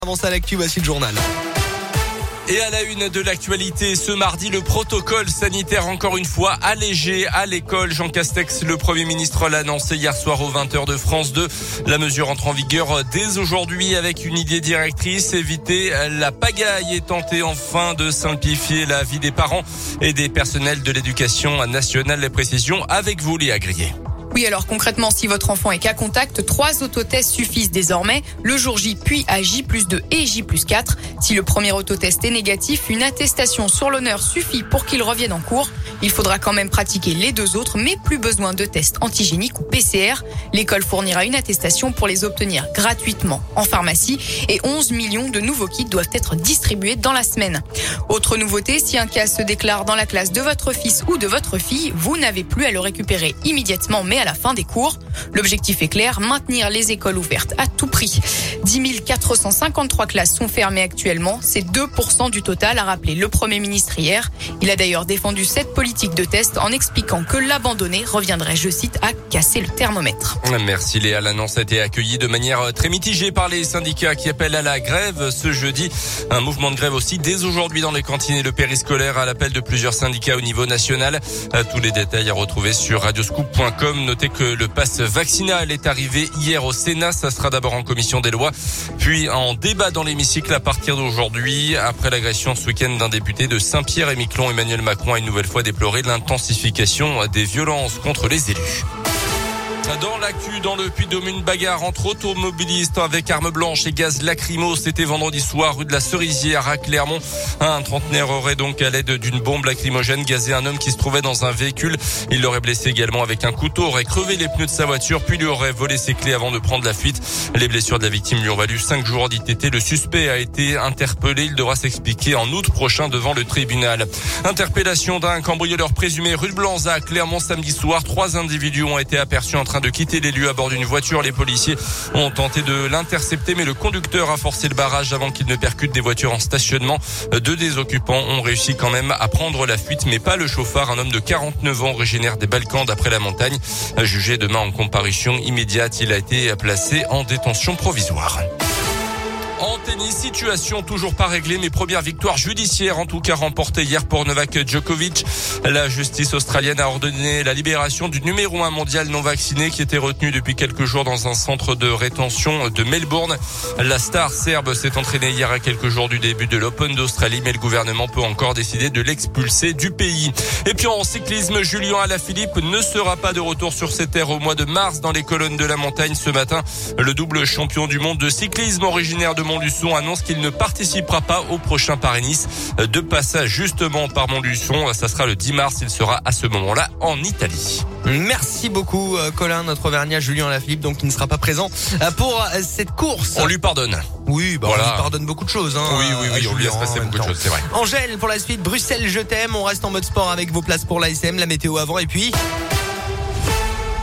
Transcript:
Avance à l'actu, voici le journal. Et à la une de l'actualité, ce mardi, le protocole sanitaire encore une fois allégé à l'école. Jean Castex, le Premier ministre, l'a annoncé hier soir aux 20h de France 2. La mesure entre en vigueur dès aujourd'hui avec une idée directrice, éviter la pagaille et tenter enfin de simplifier la vie des parents et des personnels de l'éducation nationale. Les précisions avec vous, Léa Grillet. Oui, alors concrètement, si votre enfant est cas contact, 3 autotests suffisent désormais, le jour J puis à J+2 et J+4. Si le premier autotest est négatif, une attestation sur l'honneur suffit pour qu'il revienne en cours. Il faudra quand même pratiquer les 2 autres, mais plus besoin de tests antigéniques ou PCR. L'école fournira une attestation pour les obtenir gratuitement en pharmacie et 11 millions de nouveaux kits doivent être distribués dans la semaine. Autre nouveauté, si un cas se déclare dans la classe de votre fils ou de votre fille, vous n'avez plus à le récupérer immédiatement, mais à la fin des cours. L'objectif est clair, maintenir les écoles ouvertes à tout prix. 10 453 classes sont fermées actuellement. C'est 2% du total, a rappelé le Premier ministre hier. Il a d'ailleurs défendu cette politique de test en expliquant que l'abandonner reviendrait, je cite, à casser le thermomètre. Merci Léa. L'annonce a été accueillie de manière très mitigée par les syndicats qui appellent à la grève ce jeudi. Un mouvement de grève aussi dès aujourd'hui dans les cantines et le périscolaire à l'appel de plusieurs syndicats au niveau national. Tous les détails à retrouver sur radioscoop.com. Notez que le pass vaccinal est arrivé hier au Sénat. Ça sera d'abord en commission des lois, puis en débat dans l'hémicycle à partir d'aujourd'hui. Après l'agression ce week-end d'un député de Saint-Pierre-et-Miquelon, Emmanuel Macron a une nouvelle fois déploré l'intensification des violences contre les élus. Dans l'actu, dans le Puy-de-Dôme, une bagarre entre automobilistes avec armes blanches et gaz lacrymo. C'était vendredi soir, rue de la Cerisière à Clermont. Un trentenaire aurait donc, à l'aide d'une bombe lacrymogène, gazé un homme qui se trouvait dans un véhicule. Il l'aurait blessé également avec un couteau, aurait crevé les pneus de sa voiture, puis lui aurait volé ses clés avant de prendre la fuite. Les blessures de la victime lui ont valu 5 jours d'ITT. Le suspect a été interpellé. Il devra s'expliquer en août prochain devant le tribunal. Interpellation d'un cambrioleur présumé rue de Blanza à Clermont samedi soir. 3 individus ont été aperçus en train de quitter les lieux à bord d'une voiture. Les policiers ont tenté de l'intercepter, mais le conducteur a forcé le barrage avant qu'il ne percute des voitures en stationnement. 2 des occupants ont réussi quand même à prendre la fuite, mais pas le chauffard, un homme de 49 ans originaire des Balkans d'après la montagne. Jugé demain en comparution immédiate, il a été placé en détention provisoire. En tennis, situation toujours pas réglée, mais première victoire judiciaire en tout cas remportée hier pour Novak Djokovic. La justice australienne a ordonné la libération du numéro 1 mondial non vacciné qui était retenu depuis quelques jours dans un centre de rétention de Melbourne. La star serbe s'est entraînée hier à quelques jours du début de l'Open d'Australie, mais le gouvernement peut encore décider de l'expulser du pays. Et puis en cyclisme, Julien Alaphilippe ne sera pas de retour sur ses terres au mois de mars dans les colonnes de la montagne ce matin. Le double champion du monde de cyclisme originaire de Montluçon annonce qu'il ne participera pas au prochain Paris-Nice. De passage justement par Montluçon, ça sera le 10 mars. Il sera à ce moment-là en Italie. Merci beaucoup Colin, notre Auvergnat Julien Alaphilippe, donc qui ne sera pas présent pour cette course. On lui pardonne. Oui, voilà. On lui pardonne beaucoup de choses. Oui, on lui laisse passer beaucoup de choses, c'est vrai. Angèle pour la suite, Bruxelles, je t'aime. On reste en mode sport avec vos places pour l'ASM, la météo avant et puis...